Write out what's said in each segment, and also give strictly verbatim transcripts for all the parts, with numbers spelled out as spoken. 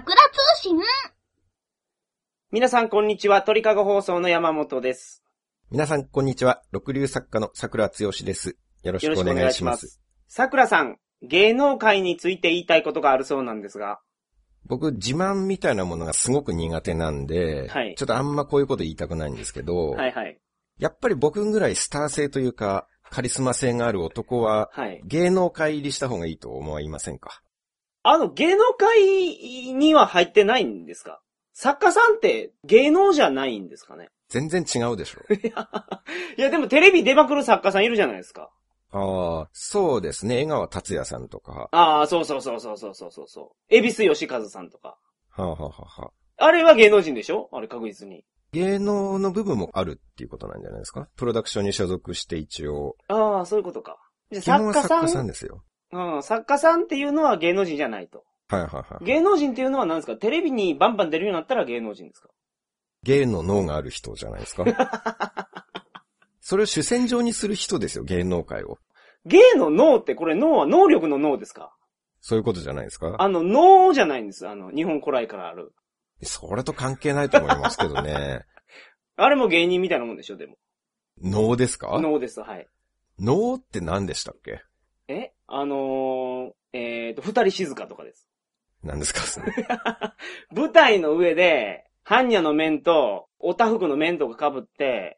桜通信。 皆さんこんにちは。鳥かご放送の山本です。 皆さんこんにちは。六流作家の桜剛です。よろしくお願いします。 桜さん、芸能界について言いたいことがあるそうなんですが。 僕、自慢みたいなものがすごく苦手なんで、はい、ちょっとあんまこういうこと言いたくないんですけど、 はいはい、 やっぱり僕ぐらいスター性というか、カリスマ性がある男は、はい、芸能界入りした方がいいと思いませんか？ あの、芸能界には入ってないんですか？作家さんって芸能じゃないんですかね？ 全然違うでしょ。 いや、でもテレビ出まくる作家さんいるじゃないですか。 ああ、そうですね。江川達也さんとか。 ああ、そうそうそうそうそうそうそう。恵比寿義和さんとか。 はあ、はあははあ、 あれは芸能人でしょ？あれ確実に。 芸能の部分もあるっていうことなんじゃないですか？プロダクションに所属して一応。 ああ、そういうことか。 じゃ作家さん。作家さんですよ。 うん、作家さんっていうのは芸能人じゃないと。 はいはいはい。 芸能人っていうのは何ですか？テレビにバンバン出るようになったら芸能人ですか？ 芸の脳がある人じゃないですか。それを主戦場にする人ですよ、芸能界を。 芸の脳ってこれ脳は能力の脳ですか？ そういうことじゃないですか？ あの、脳じゃないんです。あの、日本古来からある。 それと関係ないと思いますけどね。 あれも芸人みたいなもんでしょ、でも。 脳ですか？ 脳です、はい。 脳って何でしたっけ？ えあのー、えーと、二人静かとかです。 何ですかそれ？ 舞台の上で、般若の面と、おたふくの面とか被って、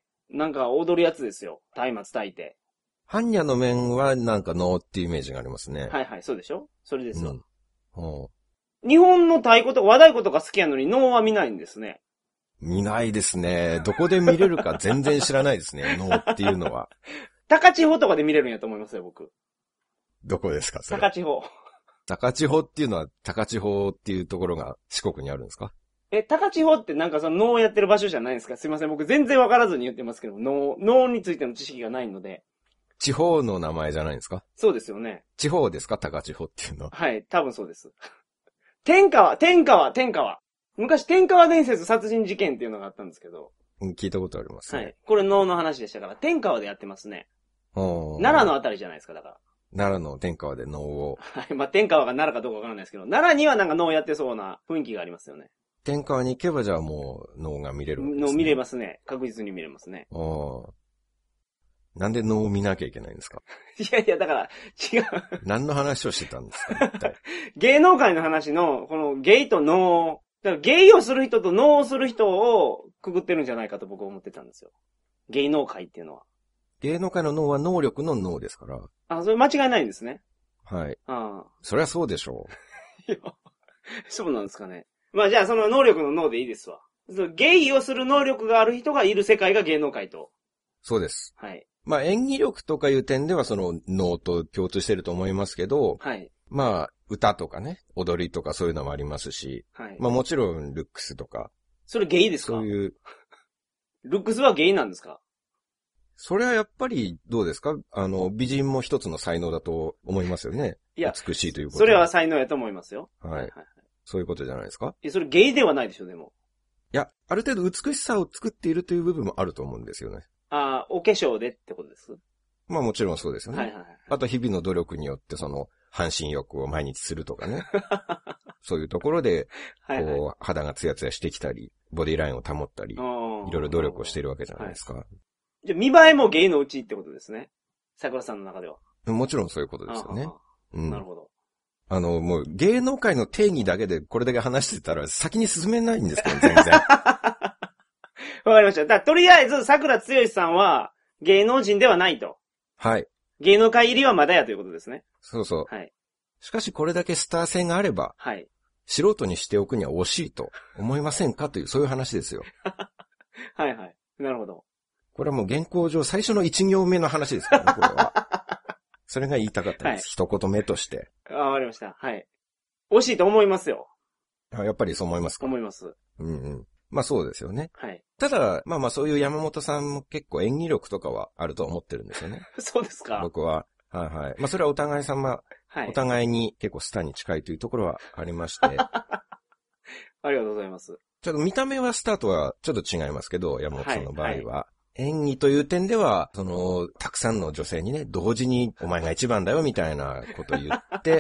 なんか踊るやつですよ。松明炊いて。 般若の面はなんか能っていうイメージがありますね。 はいはい、そうでしょ？それですよ。 うん、 日本の太鼓とか和太鼓とか好きやのに能は見ないんですね。 見ないですね。どこで見れるか全然知らないですね。能っていうのは。 高千穂とかで見れるんやと思いますよ、僕。 どこですかそれ？ 高千穂。 高千穂っていうのは、高千穂っていうところが四国にあるんですか？ え、高千穂ってなんかその能をやってる場所じゃないんですか？すいません。僕全然わからずに言ってますけど、能、能についての知識がないので。 地方の名前じゃないんですか？ そうですよね。 地方ですか？高千穂っていうのは。 はい、多分そうです。天川、天川、天川。昔天川伝説殺人事件っていうのがあったんですけど。 聞いたことありますね。 はい。これ能の話でしたから、天川でやってますね。奈良のあたりじゃないですか、だから。 奈良の天川で能を。 はい。まあ、天川が奈良かどうかわからないですけど、奈良にはなんか能をやってそうな雰囲気がありますよね。 天川に行けばじゃあもう能が見れるわけですね。 能見れますね。確実に見れますね。 ああ。なんで能を見なきゃいけないんですか？ いやいや、だから、違う。 何の話をしてたんですか一体？ 芸能界の話の、このゲイと能、だからゲイをする人と能をする人をくぐってるんじゃないかと僕は思ってたんですよ。芸能界っていうのは。 芸能界の能は能力の能ですから。 あ、それ間違いないんですね。 はい。 ああ。 そりゃそうでしょう。いや、そうなんですかね。まあじゃあその能力の能でいいですわ。ゲイをする能力がある人がいる世界が芸能界と。 そうです。 はい。 まあ演技力とかいう点ではその能と共通してると思いますけど、 はい。 まあ歌とかね、踊りとかそういうのもありますし、はい。まあもちろんルックスとか。 それゲイですか？ そういう。 ルックスはゲイなんですか？ それはやっぱりどうですか？あの、美人も一つの才能だと思いますよね。いや、美しいということ。 それは才能やと思いますよ。 はい。はいはいはい、そういうことじゃないですか？ いや、それゲイではないでしょ、でも。 いや、ある程度美しさを作っているという部分もあると思うんですよね。 ああ、お化粧でってことです？ まあもちろんそうですよね。 はいはいはい。 あと日々の努力によってその、半身浴を毎日するとかね。そういうところで、こう、はいはい、肌がツヤツヤしてきたり、ボディラインを保ったり、いろいろ努力をしているわけじゃないですか。はい、 じゃあ見栄えもゲイのうちってことですね。桜さんの中では。 もちろんそういうことですよね。ああうん、なるほど。 あの、もう芸能界の定義だけでこれだけ話してたら先に進めないんですけど、全然。 わかりました。だからとりあえず桜剛さんは芸能人ではないと。 はい。 芸能界入りはまだやということですね。 そうそう。 はい。 しかしこれだけスター性があれば、 はい。 素人にしておくには惜しいと思いませんかという、そういう話ですよ。 はいはい。なるほど。 これはもう原稿上最初の一行目の話ですからね、これは。それが言いたかったんです。はい、一言目として。 あ、わかりました。はい。惜しいと思いますよ。 やっぱりそう思いますか？ 思います。 うんうん。まあそうですよね。 はい。 ただ、まあまあそういう山本さんも結構演技力とかはあると思ってるんですよね。 そうですか？ 僕は。はいはい。まあそれはお互い様、はい、お互いに結構スターに近いというところはありまして。 ありがとうございます。 ちょっと見た目はスターとはちょっと違いますけど、山本さんの場合は。はいはい、演技という点では、その、たくさんの女性にね、同時にお前が一番だよみたいなことを言って、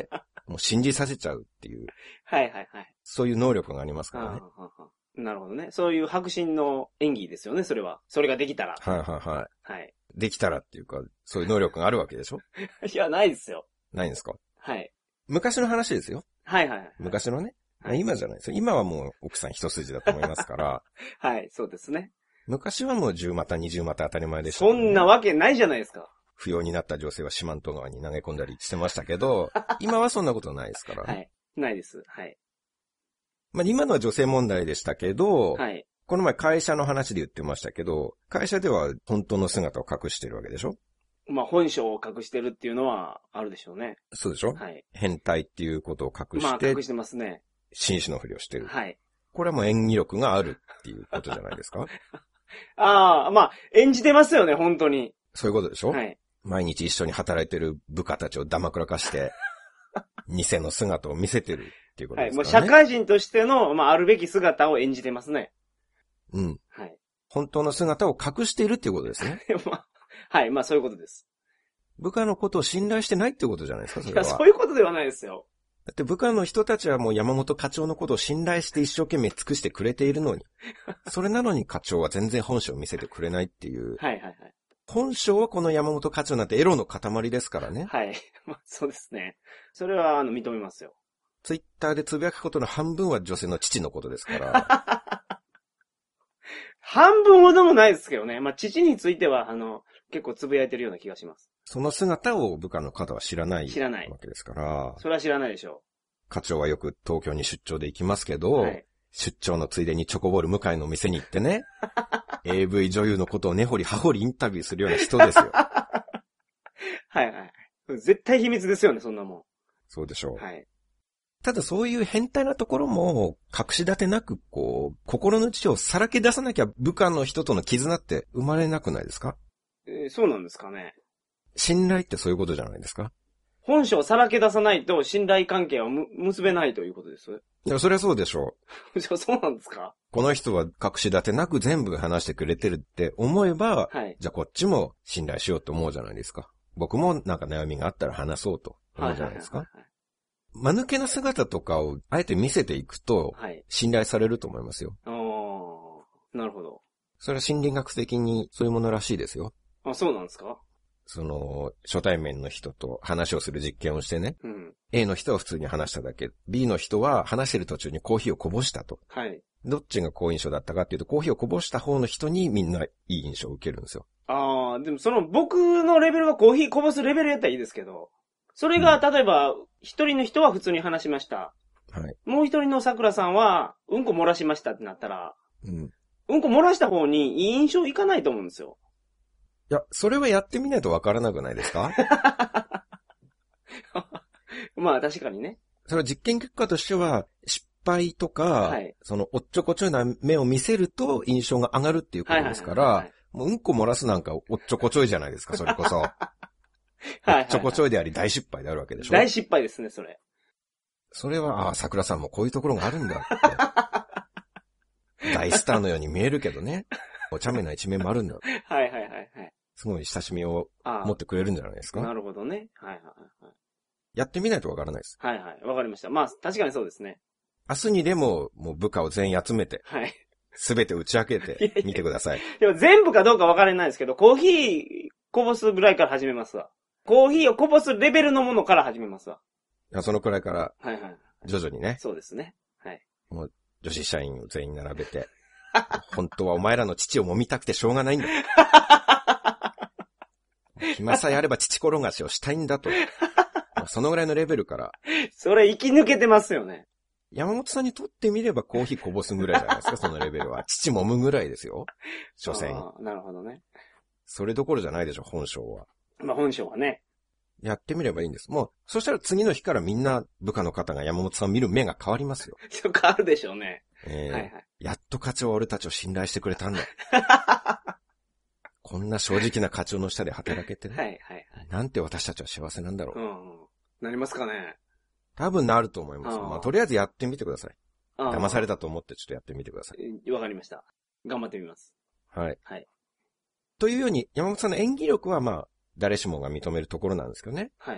もう信じさせちゃうっていう。 はいはいはい。 そういう能力がありますからね。 はあはあ、なるほどね。そういう迫真の演技ですよね、それは。それができたら。 はいはいはい。 はい。 できたらっていうか、そういう能力があるわけでしょいや、ないですよ。 ないんですか？ はい。 昔の話ですよ。はいはいはい。 昔のね。はい、今じゃないですよ。今はもう奥さん一筋だと思いますから。 はい、そうですね。 昔はもう十股二十股当たり前でした、ね。 そんなわけないじゃないですか。 不要になった女性は四万十川に投げ込んだりしてましたけど、今はそんなことないですから。 はい。ないです。はい。 まあ今のは女性問題でしたけど、 はい。 この前会社の話で言ってましたけど、会社では本当の姿を隠してるわけでしょ？ まあ本性を隠してるっていうのはあるでしょうね。 そうでしょ？ はい。 変態っていうことを隠して。 まあ隠してますね。 紳士のふりをしてる。 はい。 これはもう演技力があるっていうことじゃないですか？ ああ、まあ演じてますよね、本当に。 そういうことでしょ？ はい。 毎日一緒に働いてる部下たちをだまくらかして、偽の姿を見せてるっていうことですからね。はい。もう社会人としての、まああるべき姿を演じてますね。 うん。 はい。 本当の姿を隠しているっていうことですね。 まあ、はい、まあそういうことです。 部下のことを信頼してないってことじゃないですか、それは。 いや、そういうことではないですよ。 だって部下の人たちはもう山本課長のことを信頼して一生懸命尽くしてくれているのに。それなのに課長は全然本性を見せてくれないっていう。 はいはいはい。 本性はこの山本課長なんてエロの塊ですからね。 はい。まあそうですね。それはあの認めますよ。 ツイッターでつぶやくことの半分は女性の父のことですから。 半分ほどもないですけどね。まあ父についてはあの結構つぶやいてるような気がします。 その姿を部下の方は知らない。 知らない。 わけですから。 それは知らないでしょう。 課長はよく東京に出張で行きますけど、はい、出張のついでにチョコボール向かいの店に行ってね、エーブイ 女優のことを根掘り葉掘りインタビューするような人ですよ。 はいはい。絶対秘密ですよね、そんなもん。 そうでしょう。 はい。 ただそういう変態なところも隠し立てなくこう、心の内をさらけ出さなきゃ部下の人との絆って生まれなくないですか？ えー、そうなんですかね。 信頼ってそういうことじゃないですか？ 本性をさらけ出さないと信頼関係はむ結べないということです。 いや、そりゃそうでしょう。そうなんですか？ この人は隠し立てなく全部話してくれてるって思えば、はい、じゃあこっちも信頼しようと思うじゃないですか。僕もなんか悩みがあったら話そうと思うじゃないですか。間抜けな姿とかをあえて見せていくと、信頼されると思いますよ。 はい、ああ、なるほど。 それは心理学的にそういうものらしいですよ。 あ、そうなんですか？ その、初対面の人と話をする実験をしてね。うん、A の人は普通に話しただけ。B の人は話してる途中にコーヒーをこぼしたと。はい。どっちが好印象だったかっていうと、コーヒーをこぼした方の人にみんないい印象を受けるんですよ。 ああ、でもその僕のレベルがコーヒーこぼすレベルやったらいいですけど、それが例えば一人の人は普通に話しました。はい。もう一人の桜さんはうんこ漏らしましたってなったら、うん。うんこ漏らした方にいい印象いかないと思うんですよ。 いや、それはやってみないとわからなくないですか？ まあ確かにね。 それは実験結果としては、失敗とか、はい、そのおっちょこちょいな目を見せると印象が上がるっていうことですから、もううんこ漏らすなんかおっちょこちょいじゃないですか、それこそ。はいはいはい、おっちょこちょいであり大失敗であるわけでしょ。 大失敗ですね、それ。 それは、ああ、桜さんもこういうところがあるんだって。大スターのように見えるけどね。お茶目な一面もあるんだ。 はいはいはいはい。 すごい親しみを持ってくれるんじゃないですか？ なるほどね。はいはいはい。 やってみないとわからないです。 はいはい。わかりました。まあ、確かにそうですね。 明日にでも、もう部下を全員集めて。はい。すべて打ち明けて、見てください。 でも全部かどうかわからないですけど、コーヒーこぼすぐらいから始めますわ。コーヒーをこぼすレベルのものから始めますわ。 いや、そのくらいから。 はいはい。 徐々にね。 そうですね。はい。 もう、女子社員を全員並べて。本当はお前らの父を揉みたくてしょうがないんだ。暇さえあれば父転がしをしたいんだと。そのぐらいのレベルから。 それ生き抜けてますよね。 山本さんにとってみればコーヒーこぼすぐらいじゃないですか、そのレベルは。父揉むぐらいですよ。所詮。 ああ、なるほどね。 それどころじゃないでしょ、本性は。 まあ本性はね。 やってみればいいんです。もう、そしたら次の日からみんな部下の方が山本さんを見る目が変わりますよ。 変わるでしょうね。 えーはいはい、やっと課長は俺たちを信頼してくれたんだ。こんな正直な課長の下で働けてね。はいはいはい。なんて私たちは幸せなんだろう。 うんうん、なりますかね。 多分なると思います。まあ、とりあえずやってみてください。騙されたと思ってちょっとやってみてください。わかりました。頑張ってみます。 はい。はい。というように、山本さんの演技力はまあ、誰しもが認めるところなんですけどね。はい。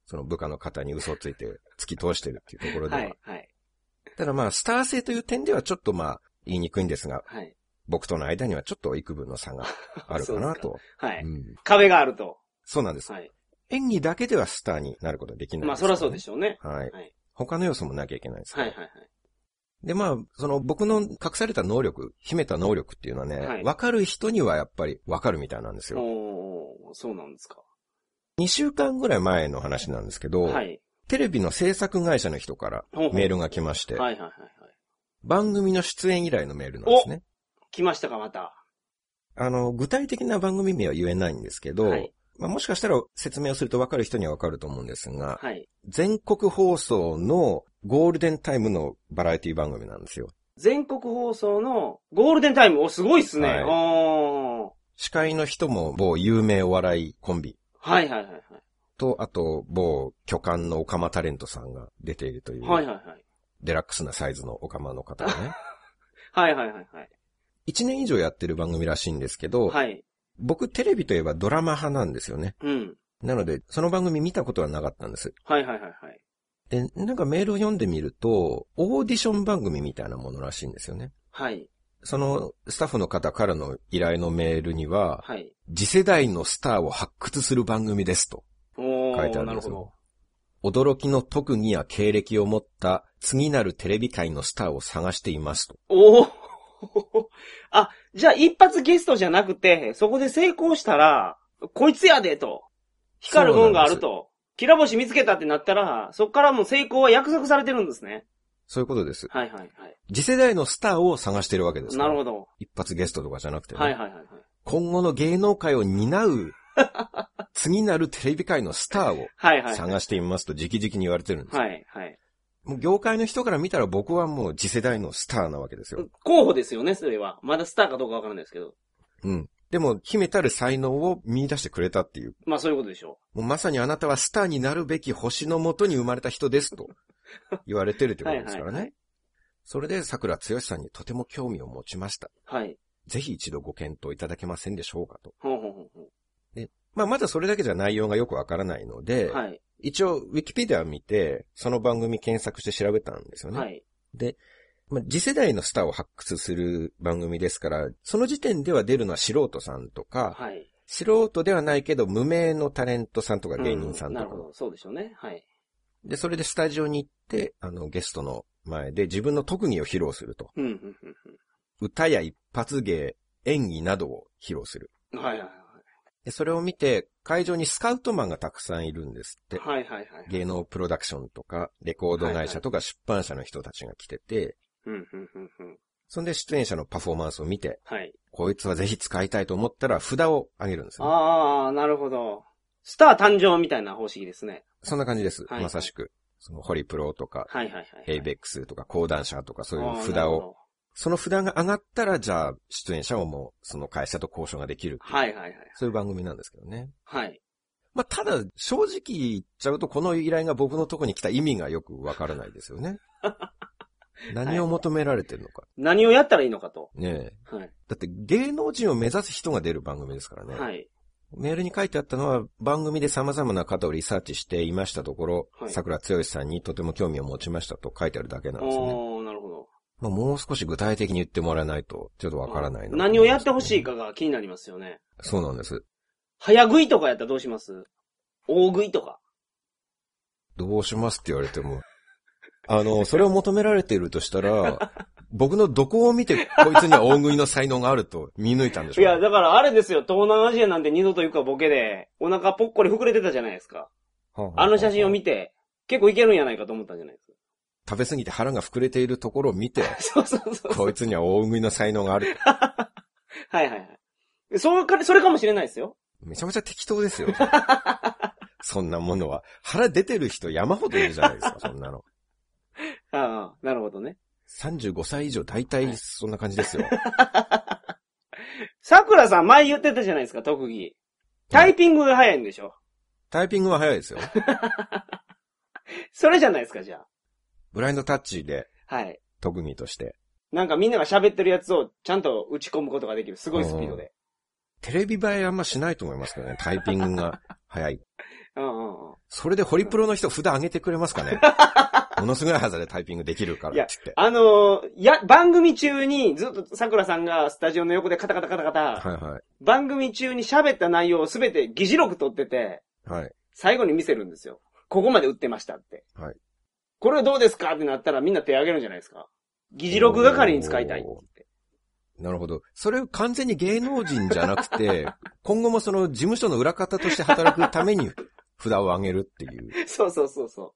その部下の方に嘘をついて突き通してるっていうところでは。はい、はい。ただまあ、スター性という点ではちょっとまあ、言いにくいんですが、はい。僕との間にはちょっと幾分の差があるかなと。 はい、うん。壁があると。 そうなんです。はい。演技だけではスターになることはできないです、ね。まあ、 そりゃそうでしょうね。 はい。はい。他の要素もなきゃいけないですから。はいはいはい。で、まあ、その僕の隠された能力、秘めた能力っていうのはね、はい、分かる人にはやっぱり分かるみたいなんですよ。 おー、そうなんですか。 にしゅうかんぐらい前の話なんですけど、はい、テレビの制作会社の人からメールが来まして、はいはいはいはい、番組の出演依頼のメールなんですね。 来ましたか、また。 あの、具体的な番組名は言えないんですけど、はい、まあ、もしかしたら説明をすると分かる人には分かると思うんですが、はい、全国放送のゴールデンタイムのバラエティ番組なんですよ。 全国放送のゴールデンタイム、お、すごいっすね。はい、お司会の人も某有名お笑いコンビ。 はいはいはいはい。 と、あと、某巨漢のオカマタレントさんが出ているという。はいはいはい。デラックスなサイズのオカマの方がね。 はいはいはいはい。 一年以上やってる番組らしいんですけど、はい。僕テレビといえばドラマ派なんですよね。うん。なので、その番組見たことはなかったんです。 はいはいはいはい。 で、なんかメールを読んでみると、オーディション番組みたいなものらしいんですよね。はい。そのスタッフの方からの依頼のメールには、はい。次世代のスターを発掘する番組ですと書いてあるんですよ。驚きの特技や経歴を持った次なるテレビ界のスターを探していますと。 おーあ、じゃあ一発ゲストじゃなくて、そこで成功したら、こいつやでと。光るもんがあると。きら星見つけたってなったら、そっからもう成功は約束されてるんですね。 そういうことです。 はいはいはい。 次世代のスターを探してるわけですから。 なるほど。 一発ゲストとかじゃなくてね。 はいはいはい。 今後の芸能界を担う、次なるテレビ界のスターを探していますと直々に言われてるんです。はいはい。もう業界の人から見たら僕はもう次世代のスターなわけですよ。 候補ですよね、それは。まだスターかどうかわからないですけど。 うん。でも、秘めたる才能を見出してくれたっていう。 まあそういうことでしょう。もうまさにあなたはスターになるべき星のもとに生まれた人ですと言われてるってことですからね。はいはいはい、それで桜剛さんにとても興味を持ちました。はい。ぜひ一度ご検討いただけませんでしょうかと。ほうほうほうほう。で、まあまだそれだけじゃ内容がよくわからないので、はい。一応、ウィキペディアを見て、その番組検索して調べたんですよね。はい。で、まあ、次世代のスターを発掘する番組ですから、その時点では出るのは素人さんとか、はい。素人ではないけど、無名のタレントさんとか芸人さんとか。うん、なるほど、そうでしょうね。はい。 で、それでスタジオに行って、あの、ゲストの前で自分の特技を披露すると。うん、うん、うん。歌や一発芸、演技などを披露する。はいはいはい。で、それを見て、会場にスカウトマンがたくさんいるんですって。はいはいはい。芸能プロダクションとか、レコード会社とか出版社の人たちが来てて、うんうんうんうん。そんで出演者のパフォーマンスを見て、はい。こいつはぜひ使いたいと思ったら札をあげるんですよ、ね。 ああ、なるほど。スター誕生みたいな方式ですね。 そんな感じです。はいはい、まさしく。そのホリプロとか、はいはいはい、はい。ヘイベックスとか、講談社とかそういう札を。その札が上がったら、じゃあ、出演者をもう、その会社と交渉ができる。はいはいはい。そういう番組なんですけどね。はい。まあ、ただ、正直言っちゃうと、この依頼が僕のとこに来た意味がよくわからないですよね。何を求められてるのか、はい。 何をやったらいいのかと。 ねえ。はい。だって芸能人を目指す人が出る番組ですからね。はい。メールに書いてあったのは、番組で様々な方をリサーチしていましたところ、はい、桜剛さんにとても興味を持ちましたと書いてあるだけなんですね。 おー、なるほど。 まあ、もう少し具体的に言ってもらえないと、ちょっとわからないな、ね。 何をやってほしいかが気になりますよね。 そうなんです。 早食いとかやったらどうします？大食いとか。 どうしますって言われても。あの、それを求められているとしたら、僕のどこを見てこいつには大食いの才能があると見抜いたんでしょう、ね、 いや、だからあれですよ、東南アジアなんて二度と行くかボケで、お腹ぽっこり膨れてたじゃないですか。はあはあ、あの写真を見て、結構いけるんやないかと思ったんじゃないですか。 食べ過ぎて腹が膨れているところを見て、 そうそうそうそう。 こいつには大食いの才能がある。 はいはいはい。そうか、それかもしれないですよ。 めちゃめちゃ適当ですよ。そんなものは。腹出てる人山ほどいるじゃないですか、そんなの。 ああ、なるほどね。 さんじゅうごさい以上大体そんな感じですよ。 桜さん前言ってたじゃないですか、特技。タイピングが早いんでしょ？ タイピングは早いですよ。 それじゃないですか、じゃあ。 ブラインドタッチで。はい。特技として。 なんかみんなが喋ってるやつをちゃんと打ち込むことができる。すごいスピードで。 テレビ映えあんましないと思いますけどね。タイピングが早い。 うんうんうん。 それでホリプロの人札上げてくれますかねものすごい技でタイピングできるからって言って。 あのー、や、番組中にずっと桜さんがスタジオの横でカタカタカタカタ。 はいはい。 番組中に喋った内容をすべて議事録取ってて。はい。最後に見せるんですよ。ここまで打ってましたって。はい。これどうですかってなったらみんな手挙げるんじゃないですか。議事録係に使いたいって言って。 なるほど。それ完全に芸能人じゃなくて、今後もその事務所の裏方として働くために札を上げるっていう。 そうそうそうそう。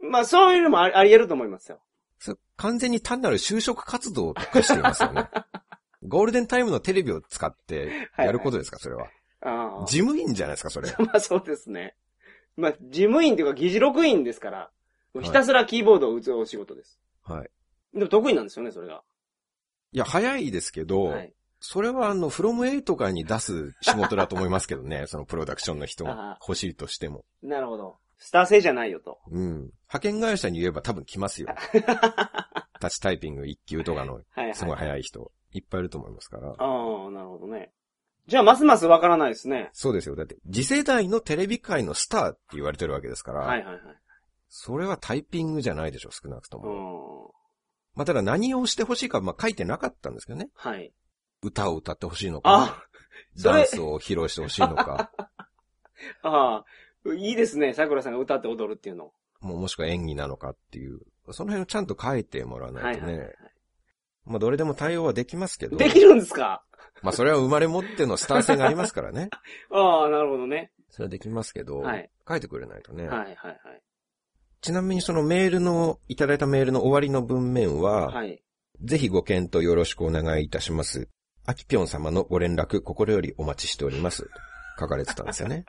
まあそういうのもあり、あり得ると思いますよ。 それ完全に単なる就職活動とかしていますよね。ゴールデンタイムのテレビを使ってやることですか、それは。あ事務員じゃないですか、それ。 まあそうですね。まあ事務員というか議事録員ですから、ひたすらキーボードを打つお仕事です。はい。でも得意なんですよね、それが。 いや、早いですけど、はい、それはあの、フロムエイとかに出す仕事だと思いますけどね、そのプロダクションの人が欲しいとしても。 なるほど。スター性じゃないよと。 うん。派遣会社に言えば多分来ますよ。タッチタイピング一級とかの、すごい早い人、いっぱいいると思いますから。 ああ、なるほどね。じゃあ、ますますわからないですね。 そうですよ。だって、次世代のテレビ界のスターって言われてるわけですから。はいはいはい。それはタイピングじゃないでしょ、少なくとも。まあ、ただ何をしてほしいか、まあ、書いてなかったんですけどね。はい。歌を歌ってほしいのか。あダンスを披露してほしいのか。 ああ、いいですね。桜さんが歌って踊るっていうの。 もうもしくは演技なのかっていう。その辺をちゃんと書いてもらわないとね。はいはいはい、まあ、どれでも対応はできますけど。 できるんですか？ まあ、それは生まれ持ってのスター性がありますからね。 ああ、なるほどね。 それはできますけど、はい、書いてくれないとね。 はいはいはい。 ちなみにそのメールの、いただいたメールの終わりの文面は、はい、ぜひご検討よろしくお願いいたします。あきぴょん様のご連絡心よりお待ちしております。書かれてたんですよね。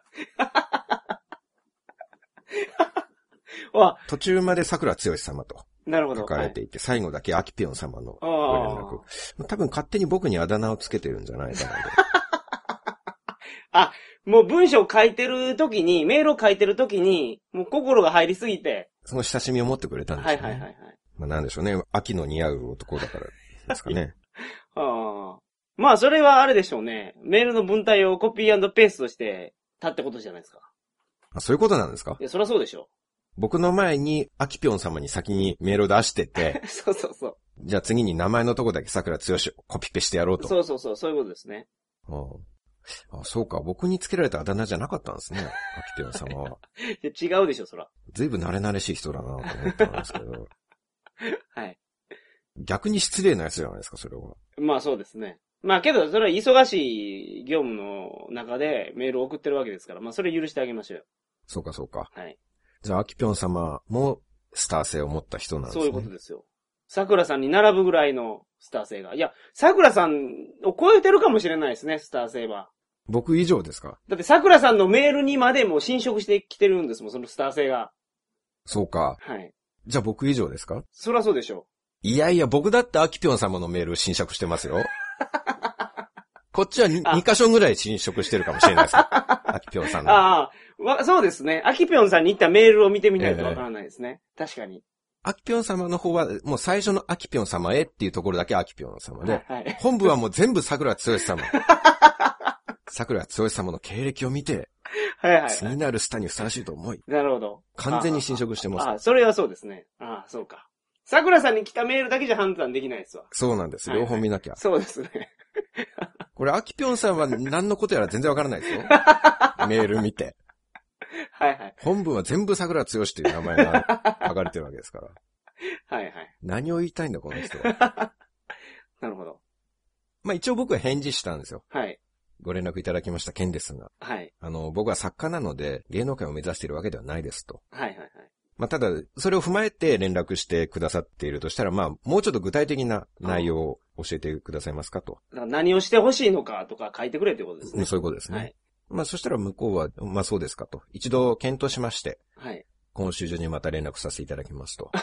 途中まで桜剛様と書かれていて、最後だけあきぴょん様のご連絡。多分勝手に僕にあだ名をつけてるんじゃないかなと。 あ、もう文章を書いてる時に、メールを書いてる時に、もう心が入りすぎて。 その親しみを持ってくれたんですよね。はいはいはい、はい。まあなんでしょうね。秋の似合う男だからですかね。 ああ。まあそれはあれでしょうね。メールの文体をコピー&ペーストしてたってことじゃないですか。 あ、そういうことなんですか？ いや、そりゃそうでしょ。 僕の前に、あきぴょん様に先にメールを出してて。 そうそうそう。 じゃあ次に名前のとこだけ桜剛をコピペしてやろうと。 そうそうそう、そういうことですね。 ああ。あ、そうか。僕につけられたあだ名じゃなかったんですね。あきぴょん様は。 いや、違うでしょ、そら。 ずいぶん慣れ慣れしい人だなと思ったんですけど。 はい。 逆に失礼なやつじゃないですか、それは。 まあそうですね。まあけど、それは忙しい業務の中でメールを送ってるわけですから、まあそれ許してあげましょうよ。 そうか、そうか。はい。じゃあ、あきぴょん様もスター性を持った人なんですね。 そういうことですよ。桜さんに並ぶぐらいのスター性が。いや、桜さんを超えてるかもしれないですね、スター性は。 僕以上ですか？ だって桜さんのメールにまでも侵食してきてるんですもん、そのスター性が。 そうか。はい。じゃあ僕以上ですか？ そりゃそうでしょう。いやいや、僕だってあきぴょん様のメール侵食してますよ。こっちは 2, に箇所ぐらい侵食してるかもしれないです。あきぴょんさんの。 ああ、そうですね。あきぴょんさんに行ったメールを見てみないとわからないですね。えー、確かに。 あきぴょん様の方は、もう最初のあきぴょん様へっていうところだけあきぴょん様で、はい、本部はもう全部桜剛様。桜剛様の経歴を見て、はいはいはい、次なるスターにふさわしいと思い。 なるほど。 完全に侵食してます。 ああ、それはそうですね。ああ、そうか。桜さんに来たメールだけじゃ判断できないですわ。 そうなんです。両方見なきゃ。 はいはい、そうですね。 これ、あきぴょんさんは何のことやら全然わからないですよ。メール見て。 はいはい。 本文は全部桜剛っていう名前が書かれてるわけですから。 はいはい。 何を言いたいんだ、この人は。 なるほど。 まあ一応僕は返事したんですよ。 はい。 ご連絡いただきました件ですが。はい。あの、僕は作家なので芸能界を目指しているわけではないですと。 はいはいはい。 まあただ、それを踏まえて連絡してくださっているとしたら、まあもうちょっと具体的な内容を教えてくださいますかと。 何をしてほしいのかとか書いてくれってことですね。 そういうことですね。はい。まあそしたら向こうは、まあそうですかと。一度検討しまして。はい。今週中にまた連絡させていただきますと。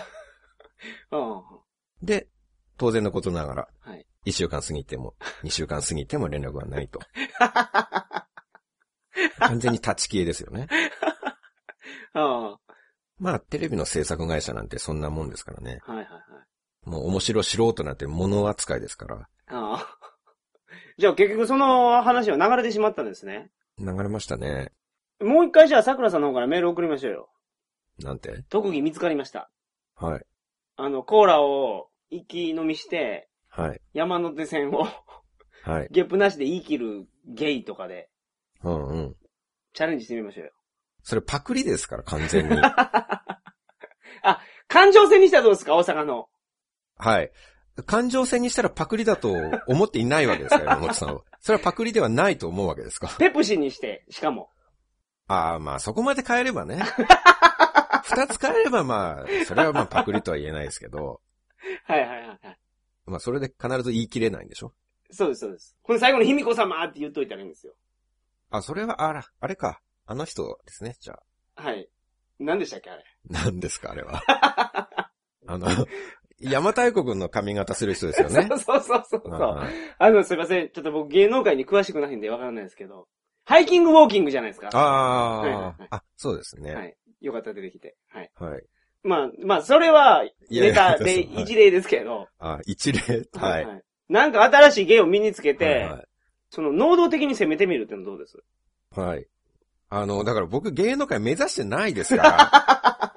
で、当然のことながら、はい、いっしゅうかん過ぎても、にしゅうかん過ぎても連絡はないと。完全に立ち消えですよね。あまあ、テレビの制作会社なんてそんなもんですからね。はいはいはい。もう面白素人なんて物扱いですから。ああ。 じゃあ結局その話は流れてしまったんですね。 流れましたね。 もう一回じゃあ桜さんの方からメール送りましょうよ。 なんて？ 特技見つかりました。 はい。 あの、コーラを一気飲みして、 はい。 山手線をはい。 ゲップなしで言い切るゲイとかで。 うんうん。 チャレンジしてみましょうよ。 それパクリですから、完全に。 あ、環状線にしたらどうですか、大阪の。 はい。環状線にしたらパクリだと思っていないわけですから、山本さんは。それはパクリではないと思うわけですか。 ペプシにして、しかも。 ああ、まあそこまで変えればね。二つ変えればまあ、それはまあパクリとは言えないですけど。 はいはいはいはい。 まあそれで必ず言い切れないんでしょ？ そうですそうです。これ最後に卑弥呼様って言っといたらいいんですよ。 あ、それは、あら、あれか。あの人ですね、じゃあ。はい。何でしたっけあれ。 何ですかあれは。あの、邪馬台国の髪型する人ですよね。 そうそうそうそう。あ, あの、すいません。ちょっと僕芸能界に詳しくないんでわからないですけど。ハイキングウォーキングじゃないですか。 ああ、はいはいはい、あ、そうですね。 はい。よかった出てきて。はい。 はい。 まあ、まあ、それは、ネタで一例ですけど。 あ、一例はい、はい。 なんか新しい芸を身につけて、はいはい、その能動的に攻めてみるってのはどうです？ はい。あの、だから僕芸能界目指してないですから。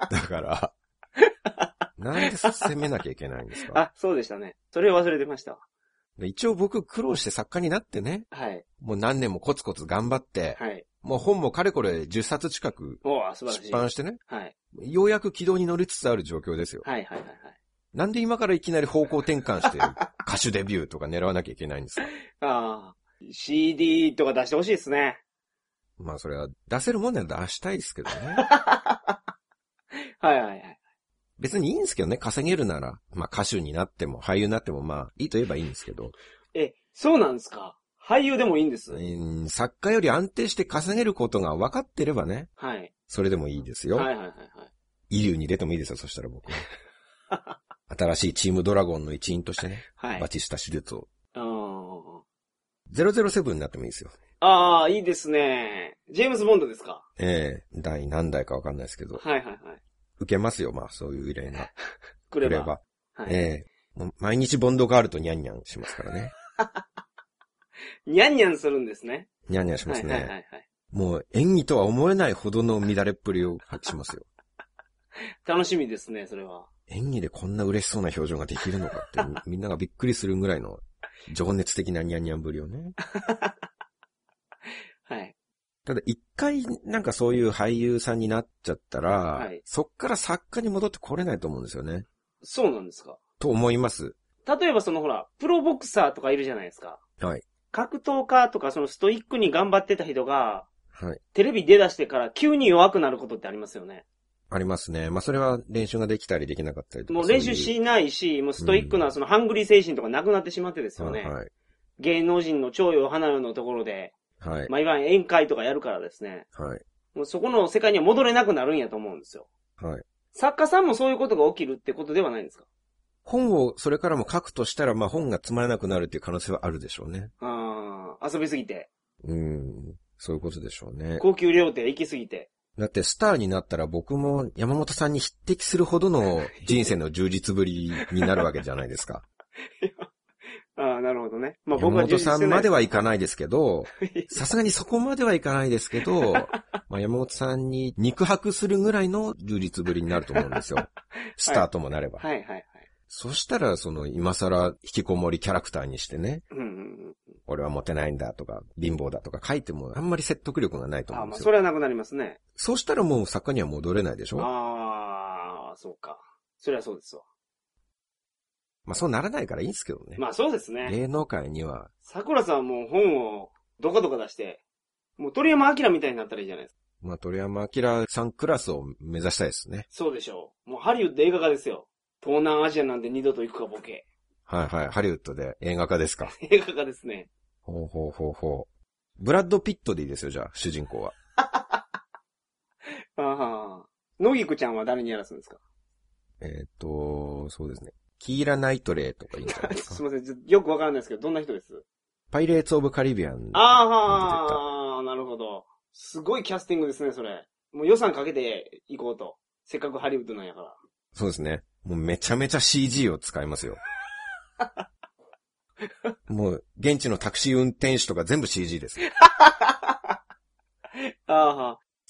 だから。なんで攻めなきゃいけないんですか？ あ、そうでしたね。それを忘れてました。 一応僕苦労して作家になってね。 はい。 もう何年もコツコツ頑張って。 はい。 もう本もかれこれじゅっさつ近く出版してね。 はい。 ようやく軌道に乗りつつある状況ですよ。 はいはいはいはい。 なんで今からいきなり方向転換して歌手デビューとか狙わなきゃいけないんですか？ ああ。シーディー とか出してほしいですね。 まあそれは出せるもんなら出したいですけどね。 はいはいはい。 別にいいんですけどね、稼げるなら。まあ歌手になっても俳優になってもまあいいと言えばいいんですけど。 え、そうなんですか？俳優でもいいんです。 うん、作家より安定して稼げることが分かってればね。 はい。 それでもいいですよ。 はいはいはいはい。 イリューに出てもいいですよ、そしたら僕は。新しいチームドラゴンの一員としてね。はい。バチスタ手術を。 ああ。 ゼロゼロセブンになってもいいですよ。 ああ、いいですね。ジェームズ・ボンドですか？ ええー、第何代か分かんないですけど。 はいはいはい。 受けますよ、まあそういう依頼が。 くれば。くれば。 はい、ええー、もう毎日ボンドガールとニャンニャンしますからね。 ニャンニャンするんですね。 ニャンニャンしますね。 はいはいはい、はい。 もう演技とは思えないほどの乱れっぷりを発揮しますよ。 楽しみですね、それは。 演技でこんな嬉しそうな表情ができるのかってみんながびっくりするぐらいの情熱的なニャンニャンぶりをね。 はい。 ただ一回なんかそういう俳優さんになっちゃったら、はい、そっから作家に戻ってこれないと思うんですよね。 そうなんですか？ と思います。 例えばそのほら、プロボクサーとかいるじゃないですか。 はい。 格闘家とかそのストイックに頑張ってた人が、 はい。 テレビ出だしてから急に弱くなることってありますよね。 ありますね。まあそれは練習ができたりできなかったりとか。 もう練習しないし、もうストイックなそのハングリー精神とかなくなってしまってですよね。うん、はい。芸能人の蝶よ花よのところで、はい。毎晩宴会とかやるからですね。 はい。 もうそこの世界には戻れなくなるんやと思うんですよ。 はい。 作家さんもそういうことが起きるってことではないんですか？ 本をそれからも書くとしたら、まあ本がつまらなくなるっていう可能性はあるでしょうね。 ああ、遊びすぎて。 うん、そういうことでしょうね。 高級料亭行きすぎて。 だってスターになったら僕も山本さんに匹敵するほどの人生の充実ぶりになるわけじゃないですか。 ああ、なるほどね。 まあ僕は山本さんまではいかないですけど、さすがにそこまではいかないですけど、まあ山本さんに肉薄するぐらいの充実ぶりになると思うんですよ。スターともなれば。 はいはいはい。 そしたら、その、今更引きこもりキャラクターにしてね、 うんうんうん、 俺はモテないんだとか、貧乏だとか書いても、あんまり説得力がないと思うんですよ。 あ、まあ、それはなくなりますね。 そうしたらもう作家には戻れないでしょ？ ああ、そうか。それはそうですわ。 まあ、そうならないからいいんですけどね。 まあ、そうですね。 芸能界には。 桜さんはもう本をどかどか出して、もう鳥山明みたいになったらいいじゃないですか。 まあ、鳥山明さんクラスを目指したいですね。 そうでしょう。もうハリウッド映画化ですよ。東南アジアなんて二度と行くかボケ。 はいはい。ハリウッドで映画化ですか。 映画化ですね。 ほうほうほうほう。ブラッド・ピットでいいですよ、じゃあ、主人公は。 ああ。野菊ちゃんは誰にやらすんですか？ えっと、そうですね。キーラ・ナイトレイとかいいんじゃないですか。 すみません。よくわからないですけど、どんな人です？ パイレーツ・オブ・カリビアン。 ああ、なるほど。すごいキャスティングですね、それ。もう予算かけていこうと。せっかくハリウッドなんやから。 そうですね。もうめちゃめちゃ シージー を使いますよ。もう、現地のタクシー運転手とか全部 シージー です。 ああ、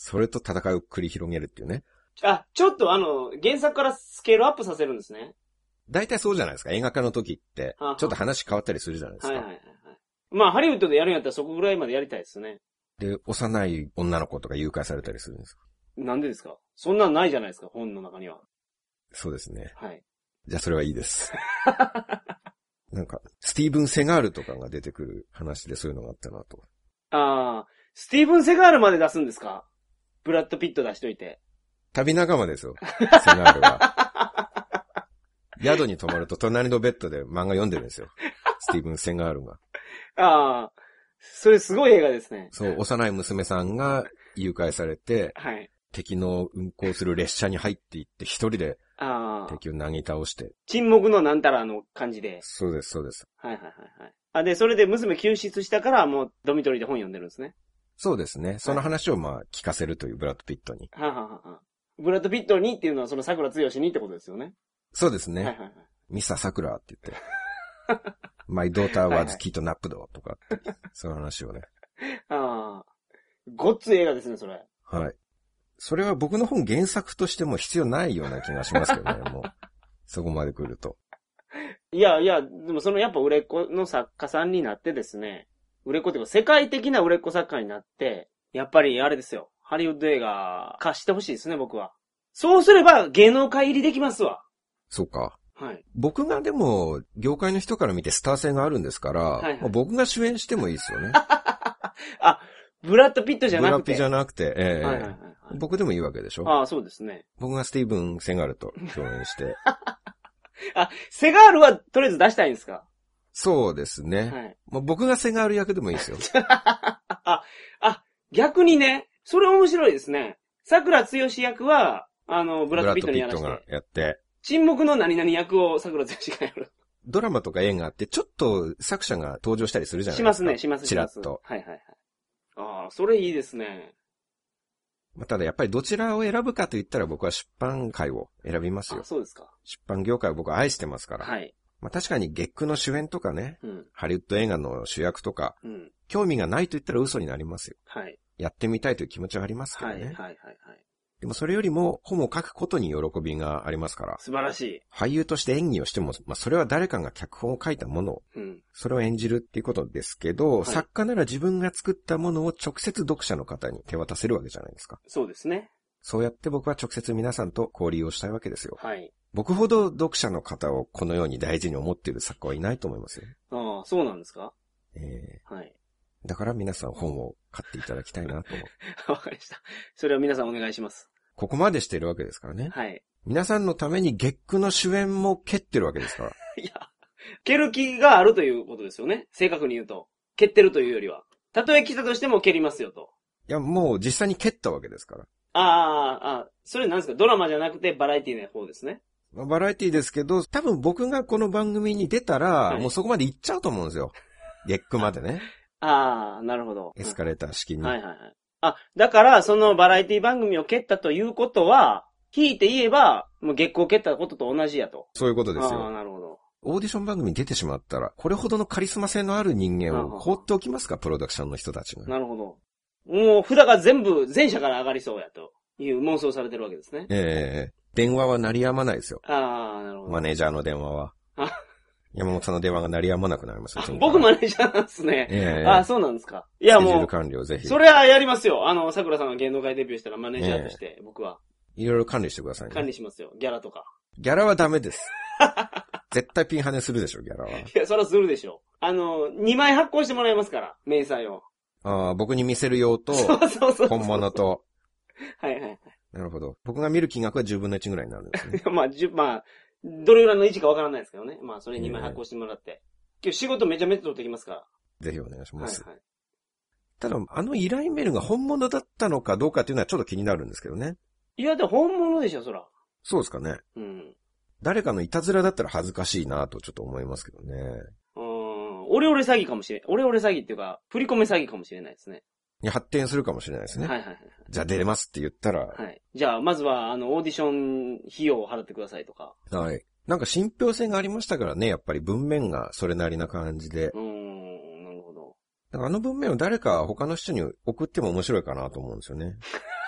それと戦いを繰り広げるっていうね。 あ、ちょっとあの、原作からスケールアップさせるんですね。 大体そうじゃないですか。映画化の時って、ちょっと話変わったりするじゃないですか。はいはいはい、 はい。まあ、ハリウッドでやるんやったらそこぐらいまでやりたいですね。 で、幼い女の子とか誘拐されたりするんですか？ なんでですか？そんなんないじゃないですか、本の中には。 そうですね。 はい。 じゃあそれはいいです。なんか、スティーブン・セガールとかが出てくる話でそういうのがあったなと。 ああ、スティーブン・セガールまで出すんですか？ブラッド・ピット出しといて。 旅仲間ですよ。セガールは。宿に泊まると隣のベッドで漫画読んでるんですよ。スティーブン・セガールが。 ああ、それすごい映画ですね。 そう、幼い娘さんが誘拐されて、はい。敵の運行する列車に入っていって一人で敵をなぎ倒して。 沈黙のなんたらの感じで。 そうです、そうです。 はいはいはいはい。あ、で、それで娘救出したからもうドミトリーで本読んでるんですね。 そうですね。その話をまあ聞かせるというブラッド・ピットに。 はははは。ブラッド・ピットにっていうのはその桜剛にってことですよね。 そうですね。はいはいはい。ミスター・サクラって言って。My daughter was kidnapped とかって、そういう話をね。 ああ。ごっつい映画ですね、それ。 はい。それは僕の本原作としても必要ないような気がしますけどね、もう。そこまで来ると。 いやいや、でもそのやっぱ売れっ子の作家さんになってですね、売れっ子っていうか世界的な売れっ子作家になって、やっぱりあれですよ、ハリウッド映画化してほしいですね、僕は。そうすれば芸能界入りできますわ。 そうか。 はい。 僕がでも、業界の人から見てスター性があるんですから、はいはい、まあ、僕が主演してもいいですよね。 あ、ブラッド・ピットじゃなくて。 ブラッピじゃなくて、ええーはいはいはいはい、僕でもいいわけでしょ。 ああ、そうですね。 僕がスティーブン・セガールと共演して。 あ、セガールはとりあえず出したいんですか？ そうですね。はい、まあ、僕がセガール役でもいいですよ。 あ、あ、逆にね、それ面白いですね。桜剛役は、あの、ブラッド・ピットにやらせて。ブラッド・ピットがやって。沈黙の何々役を桜剛がやる。 ドラマとか映画ってちょっと作者が登場したりするじゃないですか。 しますね、します、します。 チラッと。 はいはいはい。ああ、それいいですね。 まあ、ただやっぱりどちらを選ぶかと言ったら僕は出版界を選びますよ。 あ、そうですか。 出版業界を僕は愛してますから。 はい。 まあ、確かに月句の主演とかね、うん、ハリウッド映画の主役とか、うん、興味がないと言ったら嘘になりますよ。はい。やってみたいという気持ちはありますけどね。はいはいはいはい。でもそれよりも本を書くことに喜びがありますから。 素晴らしい。 俳優として演技をしても、まあそれは誰かが脚本を書いたものを、うん、それを演じるっていうことですけど、はい、作家なら自分が作ったものを直接読者の方に手渡せるわけじゃないですか。 そうですね。 そうやって僕は直接皆さんと交流をしたいわけですよ。はい。僕ほど読者の方をこのように大事に思っている作家はいないと思いますよ。 ああ、そうなんですか？ ええー、はい。だから皆さん本を買っていただきたいなと思う。わかりました。それは皆さんお願いします。 ここまでしてるわけですからね。 はい。 皆さんのために月句の主演も蹴ってるわけですから。 いや、蹴る気があるということですよね。正確に言うと。蹴ってるというよりは。たとえ来たとしても蹴りますよと。 いや、もう実際に蹴ったわけですから。 ああ、ああ、それなんですか？ドラマじゃなくてバラエティの方ですね。 バラエティですけど、多分僕がこの番組に出たら、はい、もうそこまで行っちゃうと思うんですよ。月句までね。 ああ、なるほど。 エスカレーター式に。 はいはいはい。あ、だから、そのバラエティ番組を蹴ったということは、引いて言えば、もう月光を蹴ったことと同じやと。 そういうことですよ。 ああ、なるほど。 オーディション番組に出てしまったら、これほどのカリスマ性のある人間を放っておきますか、プロダクションの人たちが。 なるほど。もう札が全部、全社から上がりそうやという妄想されてるわけですね。 ええー。電話は鳴りやまないですよ。 ああ、なるほど。 マネージャーの電話は。あ山本さんの電話が鳴りやまなくなりますよ。 僕マネージャーなんですね。 ええー。 ああ、そうなんですか。いやもう。 スケジュール管理をぜひ。 それはやりますよ。あの、桜さんが芸能界デビューしたらマネージャーとして、えー、僕は。 いろいろ管理してくださいね。 管理しますよ。ギャラとか。 ギャラはダメです。絶対ピンハネするでしょ、ギャラは。いや、それはするでしょ。あの、にまい発行してもらいますから、明細を。 ああ、僕に見せる用と、本物と。 はいはいはい。 なるほど。僕が見る金額はじゅうぶんのいちぐらいになるんですね。 まあ、じゅ、まあ、どれぐらいの位置かわからないですけどね。まあ、それにまい発行してもらって。今日仕事めちゃめちゃ取ってきますから。 ぜひお願いします。 はいはい。 ただ、あの依頼メールが本物だったのかどうかっていうのはちょっと気になるんですけどね。 いや、でも本物でしょ、そら。 そうですかね。うん。誰かのいたずらだったら恥ずかしいなとちょっと思いますけどね。 うーん。オレオレ詐欺かもしれん。オレオレ詐欺っていうか、振り込め詐欺かもしれないですね。 いや、発展するかもしれないですね。 はいはいはい。 じゃあ出れますって言ったら。 はい。じゃあ、まずは、あの、オーディション費用を払ってくださいとか。 はい。なんか信憑性がありましたからね、やっぱり文面がそれなりな感じで。 うーん、なるほど。 だからあの文面を誰か他の人に送っても面白いかなと思うんですよね。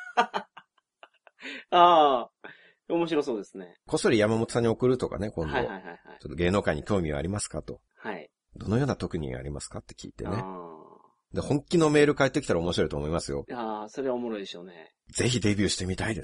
ああ、面白そうですね。 こっそり山本さんに送るとかね、今度。 はいはいはい、はい。 ちょっと芸能界に興味はありますかと。 はい。 どのような特技がありますかって聞いてね。で、本気のメール返ってきたら面白いと思いますよ。 ああ、それはおもろいでしょうね。 ぜひデビューしてみたいです。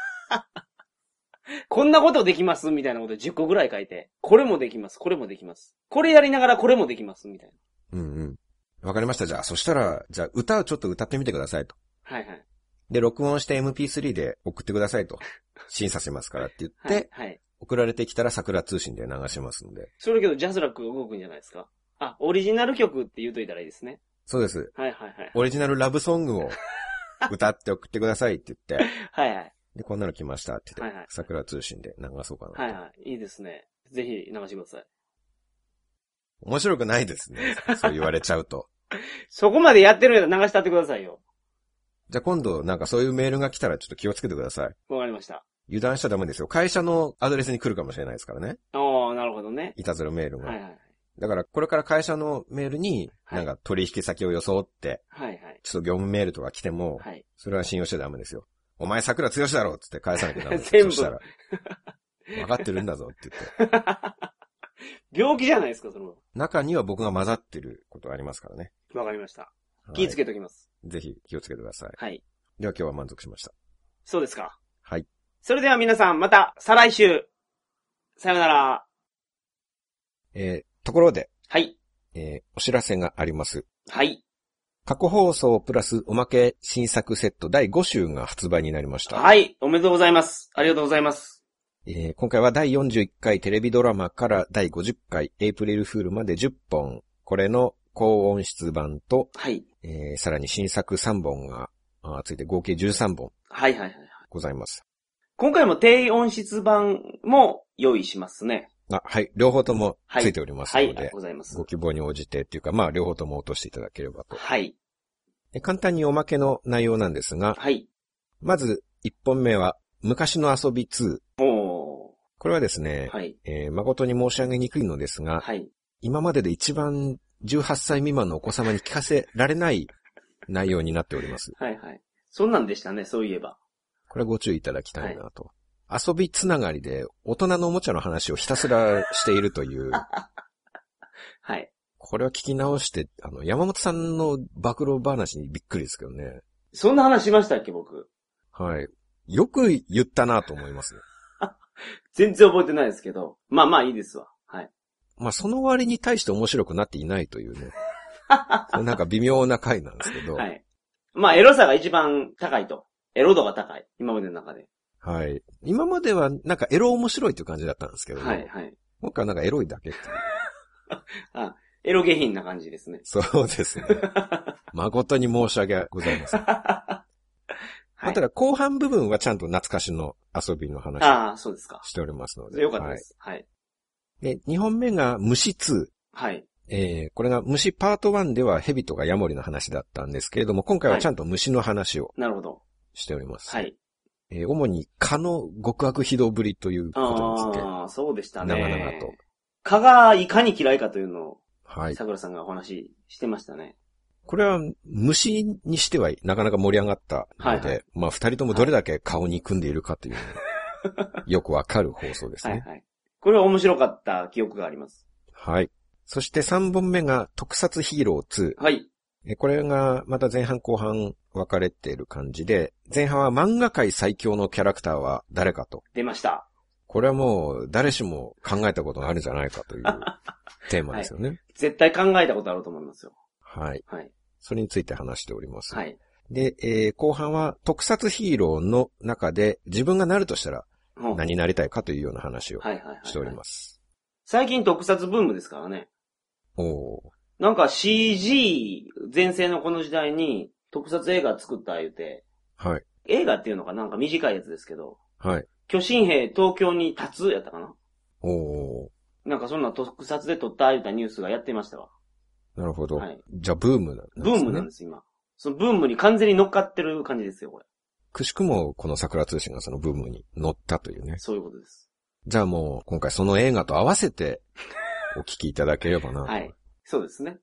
こんなことできますみたいなことじゅっこぐらい書いて、これもできます、これもできます。これやりながらこれもできますみたいな。うんうん。わかりました。じゃあ、そしたら、じゃあ歌をちょっと歌ってみてくださいと。 はいはい。 で、録音して エムピースリー で送ってくださいと。審査しますからって言って、はい、はい。送られてきたら桜通信で流しますんで。 それけどジャスラックが動くんじゃないですか。あ、オリジナル曲って言うといたらいいですね。 そうです。 はいはいはい。 オリジナルラブソングを歌って送ってくださいって言って。 はいはい。で、 こんなの来ましたって言って、はいはい、桜通信で流そうかな。 はいはい。いいですね。ぜひ流してください。 面白くないですね。そう言われちゃうと。 そこまでやってるんやったら流したってくださいよ。 じゃあ今度なんかそういうメールが来たらちょっと気をつけてください。 わかりました。 油断しちゃダメですよ。会社のアドレスに来るかもしれないですからね。 ああ、なるほどね。 いたずらメールが。 はいはい。 だからこれから会社のメールに、なんか取引先を装って、 はいはい。 ちょっと業務メールとか来ても、はい。それは信用しちゃダメですよ。お前桜強しだろっつって返さなきゃダメです。 全部。 そしたら。分かってるんだぞって言って。 病気じゃないですか、その。 中には僕が混ざってることありますからね。 わかりました。気をつけておきます。 ぜひ気をつけてください。 はい。 では今日は満足しました。 そうですか。 はい。 それでは皆さんまた再来週。さよなら。 えー、ところで。 はい。 えー、お知らせがあります。 はい。 過去放送プラスおまけ新作セットだいご週が発売になりました。 はい。おめでとうございます。ありがとうございます。 えー、今回はだいよんじゅういっかいテレビドラマからだいごじゅっかいエイプリルフールまでじゅっぽん。これの高音質版と、 はい。 えー、さらに新作さんぼんが、あついて合計じゅうさんぼん。 はいはいはい。 ございます。 今回も低音質版も用意しますね。 あ、はい。両方ともついておりますので、はい、 はい、ございます。 ご希望に応じてっていうか、まあ両方とも落としていただければと。 はい。 簡単におまけの内容なんですが、 はい。 まずいっぽんめは、昔の遊びツー。 おー。 これはですね、 はい。 えー、誠に申し上げにくいのですが、 はい。 今までで一番じゅうはっさい未満のお子様に聞かせられない内容になっております。 はいはい。そんなんでしたね、そういえば。 これはご注意いただきたいなと。はい、遊びつながりで大人のおもちゃの話をひたすらしているという。 はい。 これは聞き直して、あの、山本さんの暴露話にびっくりですけどね。 そんな話しましたっけ、僕。 はい。よく言ったなと思いますね。 全然覚えてないですけど。まあまあいいですわ。はい。 まあその割に対して面白くなっていないというね。それなんか微妙な回なんですけど。 はい。まあエロさが一番高いと。エロ度が高い。今までの中で。 はい。今まではなんかエロ面白いっていう感じだったんですけど、ね。 はいはい。 今回はなんかエロいだけっていう。 あ、エロ下品な感じですね。 そうですね。誠に申し訳ございません。はい、ただ後半部分はちゃんと懐かしの遊びの話をしておりますので。 よかったです。はい。 で、にほんめが虫ツー。はい。 えー、これが虫パートワンでは蛇とかヤモリの話だったんですけれども、今回はちゃんと虫の話を。 なるほど。 しております。 はい。 えー、主に蚊の極悪非道ぶりということについて。 ああ、そうでしたね。 長々と。 蚊がいかに嫌いかというのを、 はい。 桜さんがお話ししてましたね。 これは虫にしてはなかなか盛り上がったので、はいはい、まあ二人ともどれだけ顔に組んでいるかというのがよくわかる放送ですね。 はいはい。これは面白かった記憶があります。 はい。そしてさんぼんめが特撮ヒーローツー。 はい。 これがまた前半後半分かれている感じで、前半は漫画界最強のキャラクターは誰かと。 出ました。 これはもう誰しも考えたことがあるんじゃないかというテーマですよね、はい。 絶対考えたことあると思いますよ。 はい。 はい。 それについて話しております。 はい。 で、えー、後半は特撮ヒーローの中で自分がなるとしたら何になりたいかというような話をしております。 最近特撮ブームですからね。 おー。 なんか シージー 全盛のこの時代に特撮映画作った言うて。 はい。 映画っていうのがなんか短いやつですけど。 はい。 巨神兵東京に立つやったかな。 おー。 なんかそんな特撮で撮った言うたニュースがやってましたわ。 なるほど。 はい。 じゃあブームなんですね。 ブームなんです、今。そのブームに完全に乗っかってる感じですよ、これ。 くしくもこの桜通信がそのブームに乗ったというね。 そういうことです。 じゃあもう今回その映画と合わせてお聞きいただければな。 はい。そうですね。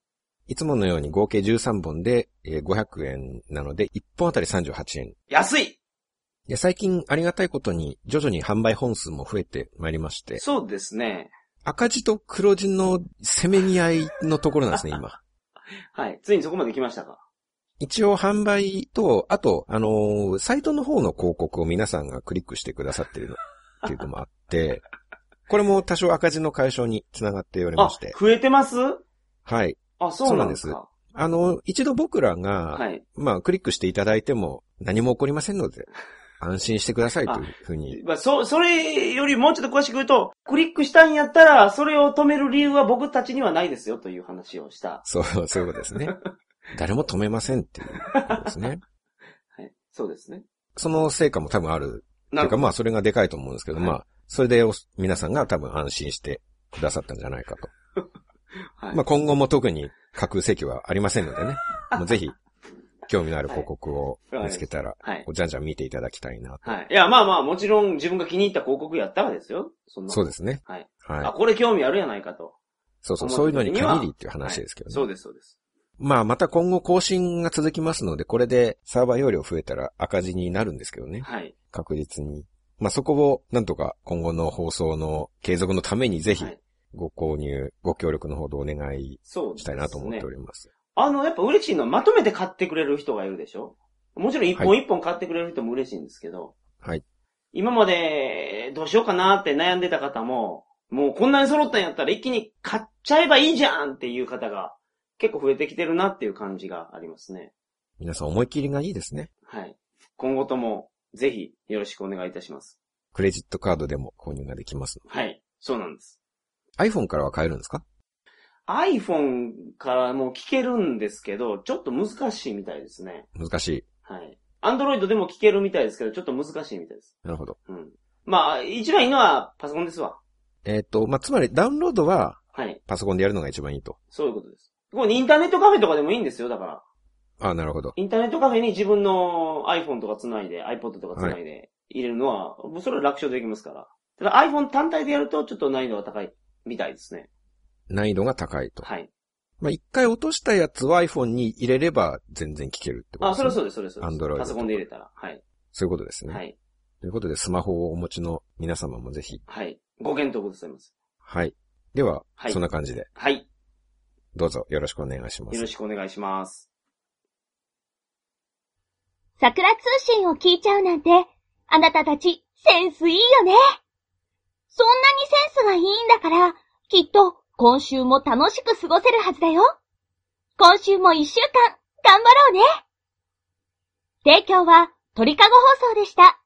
いつものように合計じゅうさんぼんでごひゃくえんなので、いっぽんあたりさんじゅうはちえん。 安い！ で最近ありがたいことに徐々に販売本数も増えてまいりまして。 そうですね。 赤字と黒字のせめぎ合いのところなんですね、今。 はい。ついにそこまで来ましたか。 一応販売と、あと、あのー、サイトの方の広告を皆さんがクリックしてくださっているのっていうのもあって、これも多少赤字の解消につながっておりまして。 あ、増えてます？ はい。 あ、そうなんですか。そうなんです。 あの、一度僕らが、はい、まあ、クリックしていただいても何も起こりませんので、安心してくださいというふうに。 まあ、そ、それよりもうちょっと詳しく言うと、クリックしたんやったら、それを止める理由は僕たちにはないですよという話をした。 そう、そういうことですね。誰も止めませんっていうことですね。 はい。そうですね。 その成果も多分ある。というかまあそれがでかいと思うんですけど、はい、まあ、それで皆さんが多分安心してくださったんじゃないかと。はい、まあ今後も特に架空請求はありませんのでね。もうぜひ、興味のある広告を見つけたら、はい、じゃんじゃん見ていただきたいなと。 はい。いや、まあまあ、もちろん自分が気に入った広告やったらですよ。 そんな。そうですね。 はい。はい。あ、これ興味あるやないかと。 そうそう、そういうのに限りっていう話ですけどね。 はい、そうです、そうです。 まあ、また今後更新が続きますので、これでサーバー容量増えたら赤字になるんですけどね。はい。確実に。まあ、そこをなんとか今後の放送の継続のためにぜひご購入、はい、ご協力のほどお願いしたいなと思っております。 あの、やっぱ嬉しいのはまとめて買ってくれる人がいるでしょ？もちろん一本一本買ってくれる人も嬉しいんですけど。はい。今までどうしようかなって悩んでた方も、もうこんなに揃ったんやったら一気に買っちゃえばいいじゃんっていう方が結構増えてきてるなっていう感じがありますね。 皆さん思い切りがいいですね。 はい。今後ともぜひよろしくお願いいたします。 クレジットカードでも購入ができます。 はい。そうなんです。 iPhone からは買えるんですか？ iPhone からも聞けるんですけど、ちょっと難しいみたいですね。 難しい。 はい。Android でも聞けるみたいですけど、ちょっと難しいみたいです。 なるほど。 うん。まあ、一番いいのはパソコンですわ。 えっと、まあ、つまりダウンロードは、はい。パソコンでやるのが一番いいと。 そういうことです。これインターネットカフェとかでもいいんですよ、だから。 ああ、なるほど。 インターネットカフェに自分の iPhone とかつないで、iPod とかつないで入れるのは、はい、それは楽勝できますから。ただ iPhone 単体でやるとちょっと難易度が高いみたいですね。 難易度が高いと。 はい。 まあ、一回落としたやつを iPhone に入れれば全然聞けるってことですね。 あ、それはそうです、それはそうです。 Android パソコンで入れたら。はい。 そういうことですね。はい。ということで、スマホをお持ちの皆様もぜひ。 はい。ご検討くださいます。 はい。では、はい、そんな感じで。 はい。 どうぞよろしくお願いします。 よろしくお願いします。 桜通信を聞いちゃうなんて、あなたたちセンスいいよね。そんなにセンスがいいんだから、きっと今週も楽しく過ごせるはずだよ。今週も一週間頑張ろうね。提供は鳥かご放送でした。